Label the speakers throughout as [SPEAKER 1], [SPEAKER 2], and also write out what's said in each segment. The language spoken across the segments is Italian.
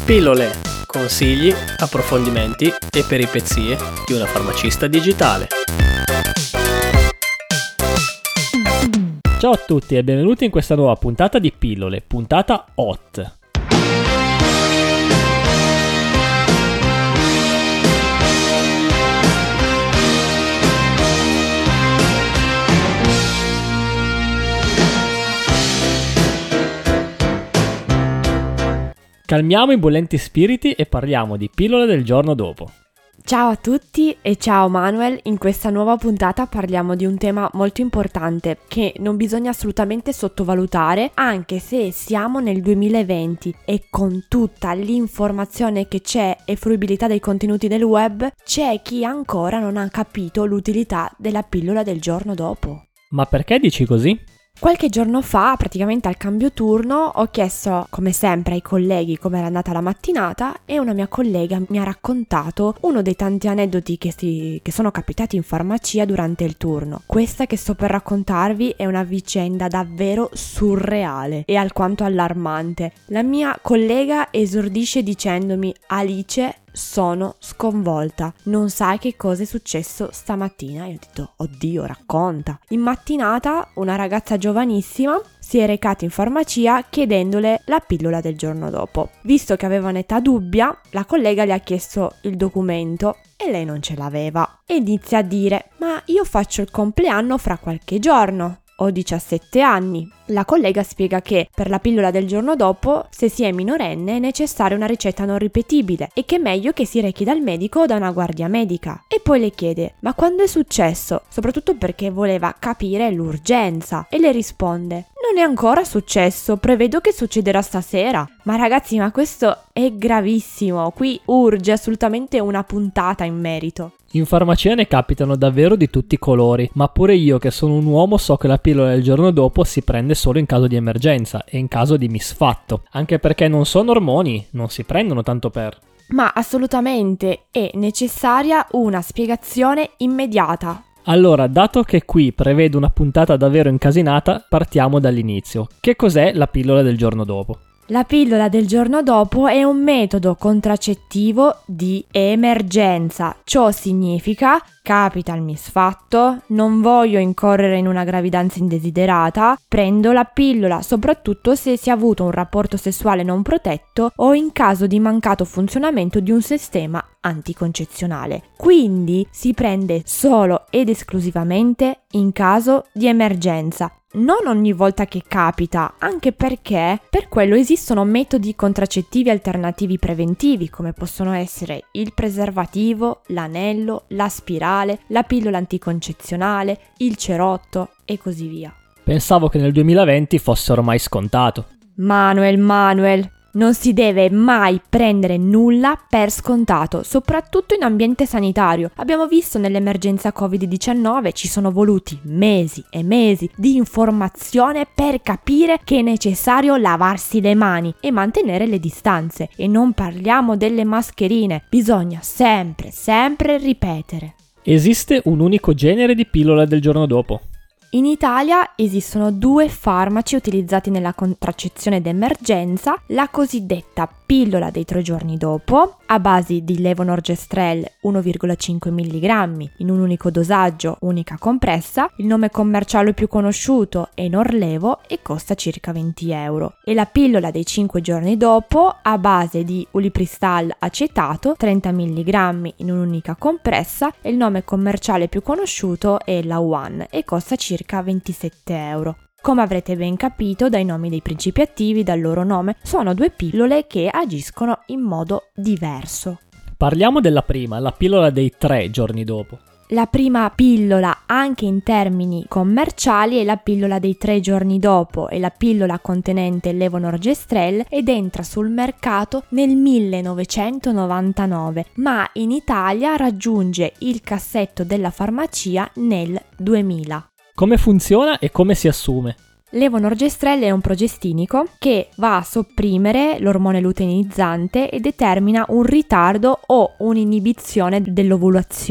[SPEAKER 1] Pillole, consigli, approfondimenti e peripezie di una farmacista digitale.
[SPEAKER 2] Ciao a tutti e benvenuti in questa nuova puntata di Pillole, puntata hot. Calmiamo i bollenti spiriti e parliamo di pillole del giorno dopo.
[SPEAKER 3] Ciao a tutti e ciao Manuel, in questa nuova puntata parliamo di un tema molto importante che non bisogna assolutamente sottovalutare, anche se siamo nel 2020 e con tutta l'informazione che c'è e fruibilità dei contenuti del web, c'è chi ancora non ha capito l'utilità della pillola del giorno dopo.
[SPEAKER 2] Ma perché dici così?
[SPEAKER 3] Qualche giorno fa, praticamente al cambio turno, ho chiesto come sempre ai colleghi come era andata la mattinata e una mia collega mi ha raccontato uno dei tanti aneddoti che sono capitati in farmacia durante il turno. Questa che sto per raccontarvi è una vicenda davvero surreale e alquanto allarmante. La mia collega esordisce dicendomi: Alice, sono sconvolta, non sai che cosa è successo stamattina? Io ho detto: oddio, racconta. In mattinata una ragazza giovanissima si è recata in farmacia chiedendole la pillola del giorno dopo. Visto che aveva un'età dubbia, la collega le ha chiesto il documento e lei non ce l'aveva e inizia a dire: ma io faccio il compleanno fra qualche giorno, ho 17 anni. La collega spiega che per la pillola del giorno dopo, se si è minorenne, è necessaria una ricetta non ripetibile e che è meglio che si rechi dal medico o da una guardia medica. E poi le chiede: ma quando è successo? Soprattutto perché voleva capire l'urgenza. E le risponde: non è ancora successo, prevedo che succederà stasera. Ma ragazzi, ma questo è gravissimo, qui urge assolutamente una puntata in merito.
[SPEAKER 2] In farmacia ne capitano davvero di tutti i colori, ma pure io che sono un uomo so che la pillola del giorno dopo si prende solo in caso di emergenza e in caso di misfatto, anche perché non sono ormoni, non si prendono tanto per.
[SPEAKER 3] Ma assolutamente è necessaria una spiegazione immediata.
[SPEAKER 2] Allora, dato che qui prevedo una puntata davvero incasinata, partiamo dall'inizio. Che cos'è la pillola del giorno dopo?
[SPEAKER 3] La pillola del giorno dopo è un metodo contraccettivo di emergenza. Ciò significa: capita il misfatto, non voglio incorrere in una gravidanza indesiderata, prendo la pillola, soprattutto se si è avuto un rapporto sessuale non protetto o in caso di mancato funzionamento di un sistema anticoncezionale. Quindi si prende solo ed esclusivamente in caso di emergenza. Non ogni volta che capita, anche perché per quello esistono metodi contraccettivi alternativi preventivi, come possono essere il preservativo, l'anello, la spirale, la pillola anticoncezionale, il cerotto e così via.
[SPEAKER 2] Pensavo che nel 2020 fosse ormai scontato.
[SPEAKER 3] Manuel, non si deve mai prendere nulla per scontato, soprattutto in ambiente sanitario. Abbiamo visto nell'emergenza Covid-19 ci sono voluti mesi e mesi di informazione per capire che è necessario lavarsi le mani e mantenere le distanze. E non parliamo delle mascherine, bisogna sempre ripetere.
[SPEAKER 2] Esiste un unico genere di pillola del giorno dopo?
[SPEAKER 3] In Italia esistono 2 farmaci utilizzati nella contraccezione d'emergenza, la cosiddetta pillola dei 3 giorni dopo, a base di levonorgestrel 1,5 mg in un unico dosaggio, unica compressa. Il nome commerciale più conosciuto è Norlevo e costa circa 20 euro. E la pillola dei 5 giorni dopo, a base di ulipristal acetato 30 mg in un'unica compressa, e il nome commerciale più conosciuto è la One e costa circa 27 euro. Come avrete ben capito dai nomi dei principi attivi, dal loro nome, sono 2 pillole che agiscono in modo diverso.
[SPEAKER 2] Parliamo della prima, la pillola dei 3 giorni dopo.
[SPEAKER 3] La prima pillola, anche in termini commerciali, è la pillola dei 3 giorni dopo, è la pillola contenente levonorgestrel ed entra sul mercato nel 1999, ma in Italia raggiunge il cassetto della farmacia nel 2000.
[SPEAKER 2] Come funziona e come si assume?
[SPEAKER 3] Levonorgestrel è un progestinico che va a sopprimere l'ormone luteinizzante e determina un ritardo o un'inibizione dell'ovulazione.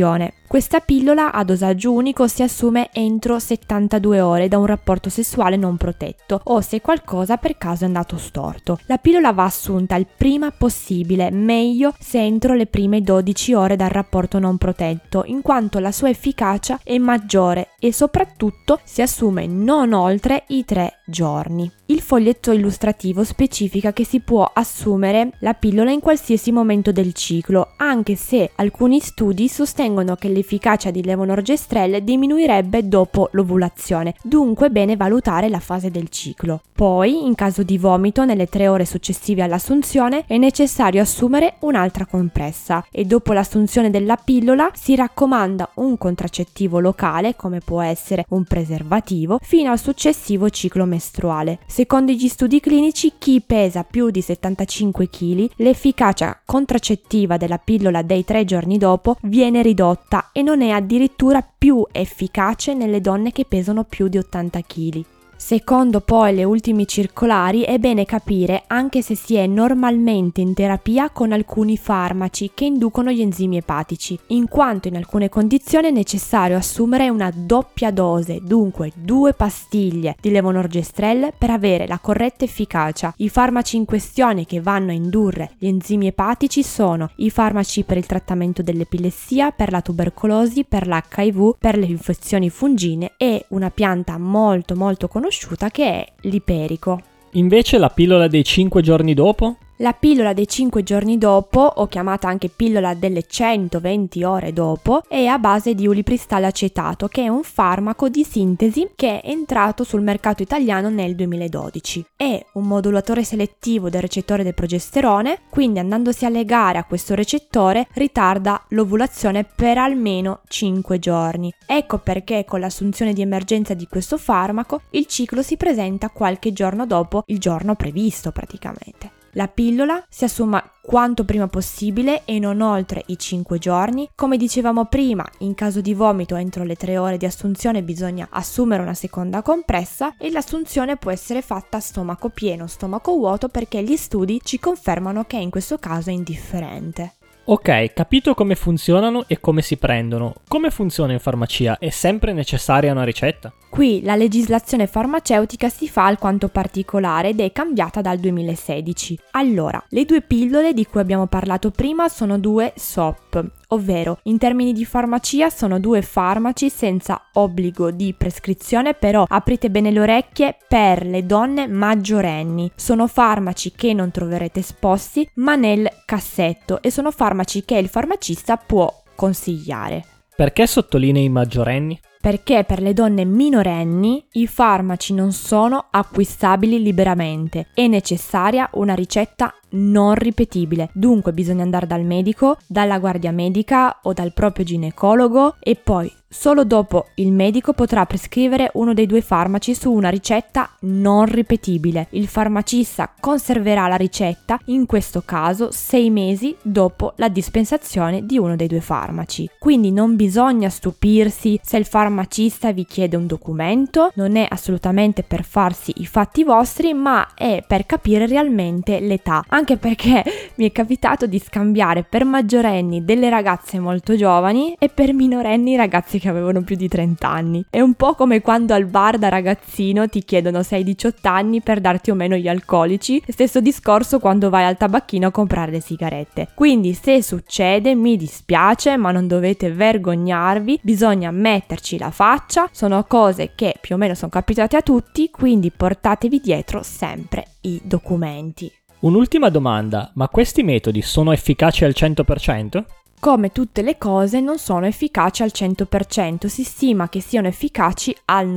[SPEAKER 3] Questa pillola a dosaggio unico si assume entro 72 ore da un rapporto sessuale non protetto o se qualcosa per caso è andato storto. La pillola va assunta il prima possibile, meglio se entro le prime 12 ore dal rapporto non protetto, in quanto la sua efficacia è maggiore e soprattutto si assume non oltre i 3 giorni. Il foglietto illustrativo specifica che si può assumere la pillola in qualsiasi momento del ciclo, anche se alcuni studi sostengono che l'efficacia di levonorgestrel diminuirebbe dopo l'ovulazione, dunque è bene valutare la fase del ciclo. Poi, in caso di vomito nelle 3 ore successive all'assunzione, è necessario assumere un'altra compressa e dopo l'assunzione della pillola si raccomanda un contraccettivo locale, come può essere un preservativo, fino al successivo ciclo mestruale. Secondo gli studi clinici, chi pesa più di 75 kg, l'efficacia contraccettiva della pillola dei 3 giorni dopo viene ridotta e non è addirittura più efficace nelle donne che pesano più di 80 kg. Secondo poi le ultime circolari è bene capire anche se si è normalmente in terapia con alcuni farmaci che inducono gli enzimi epatici, in quanto in alcune condizioni è necessario assumere una doppia dose, dunque 2 pastiglie di levonorgestrel per avere la corretta efficacia. I farmaci in questione che vanno a indurre gli enzimi epatici sono i farmaci per il trattamento dell'epilessia, per la tubercolosi, per l'HIV, per le infezioni fungine e una pianta molto conosciuta che è l'iperico.
[SPEAKER 2] Invece la pillola dei 5 giorni dopo?
[SPEAKER 3] La pillola dei 5 giorni dopo, o chiamata anche pillola delle 120 ore dopo, è a base di ulipristal acetato, che è un farmaco di sintesi che è entrato sul mercato italiano nel 2012. È un modulatore selettivo del recettore del progesterone, quindi andandosi a legare a questo recettore ritarda l'ovulazione per almeno 5 giorni. Ecco perché con l'assunzione di emergenza di questo farmaco il ciclo si presenta qualche giorno dopo il giorno previsto praticamente. La pillola si assuma quanto prima possibile e non oltre i 5 giorni. Come dicevamo prima, in caso di vomito entro le 3 ore di assunzione bisogna assumere una seconda compressa e l'assunzione può essere fatta a stomaco pieno o stomaco vuoto perché gli studi ci confermano che in questo caso è indifferente.
[SPEAKER 2] Ok, capito come funzionano e come si prendono. Come funziona in farmacia? È sempre necessaria una ricetta?
[SPEAKER 3] Qui la legislazione farmaceutica si fa alquanto particolare ed è cambiata dal 2016. Allora, le 2 pillole di cui abbiamo parlato prima sono 2 SOP, ovvero in termini di farmacia sono 2 farmaci senza obbligo di prescrizione, però aprite bene le orecchie, per le donne maggiorenni. Sono farmaci che non troverete esposti ma nel cassetto e sono farmaci che il farmacista può consigliare.
[SPEAKER 2] Perché sottolinei i maggiorenni?
[SPEAKER 3] Perché per le donne minorenni i farmaci non sono acquistabili liberamente, è necessaria una ricetta non ripetibile, dunque bisogna andare dal medico, dalla guardia medica o dal proprio ginecologo e poi solo dopo il medico potrà prescrivere uno dei 2 farmaci su una ricetta non ripetibile. Il farmacista conserverà la ricetta, in questo caso 6 mesi dopo la dispensazione di uno dei 2 farmaci. Quindi non bisogna stupirsi se il farmacista vi chiede un documento, non è assolutamente per farsi i fatti vostri, ma è per capire realmente l'età. Anche perché mi è capitato di scambiare per maggiorenni delle ragazze molto giovani e per minorenni ragazzi che avevano più di 30 anni. È un po' come quando al bar da ragazzino ti chiedono se hai 18 anni per darti o meno gli alcolici, stesso discorso quando vai al tabacchino a comprare le sigarette. Quindi se succede mi dispiace, ma non dovete vergognarvi, bisogna metterci la faccia, sono cose che più o meno sono capitate a tutti, quindi portatevi dietro sempre i documenti.
[SPEAKER 2] Un'ultima domanda, ma questi metodi sono efficaci al 100%?
[SPEAKER 3] Come tutte le cose non sono efficaci al 100%, si stima che siano efficaci al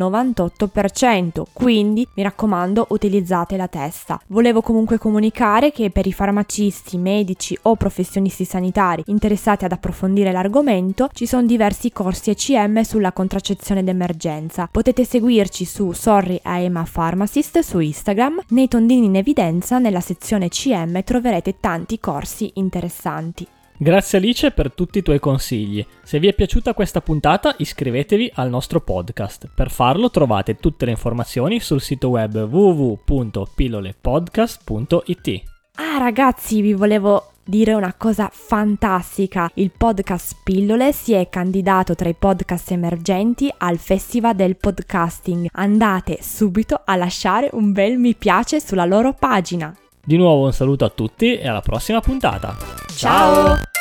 [SPEAKER 3] 98%, quindi mi raccomando utilizzate la testa. Volevo comunque comunicare che per i farmacisti, medici o professionisti sanitari interessati ad approfondire l'argomento ci sono diversi corsi ECM sulla contraccezione d'emergenza. Potete seguirci su Sorry I am a Pharmacist su Instagram, nei tondini in evidenza nella sezione ECM troverete tanti corsi interessanti.
[SPEAKER 2] Grazie Alice per tutti i tuoi consigli. Se vi è piaciuta questa puntata iscrivetevi al nostro podcast. Per farlo trovate tutte le informazioni sul sito web www.pillolepodcast.it.
[SPEAKER 3] Ah ragazzi, vi volevo dire una cosa fantastica. Il podcast Pillole si è candidato tra i podcast emergenti al Festival del Podcasting. Andate subito a lasciare un bel mi piace sulla loro pagina.
[SPEAKER 2] Di nuovo un saluto a tutti e alla prossima puntata.
[SPEAKER 3] Ciao!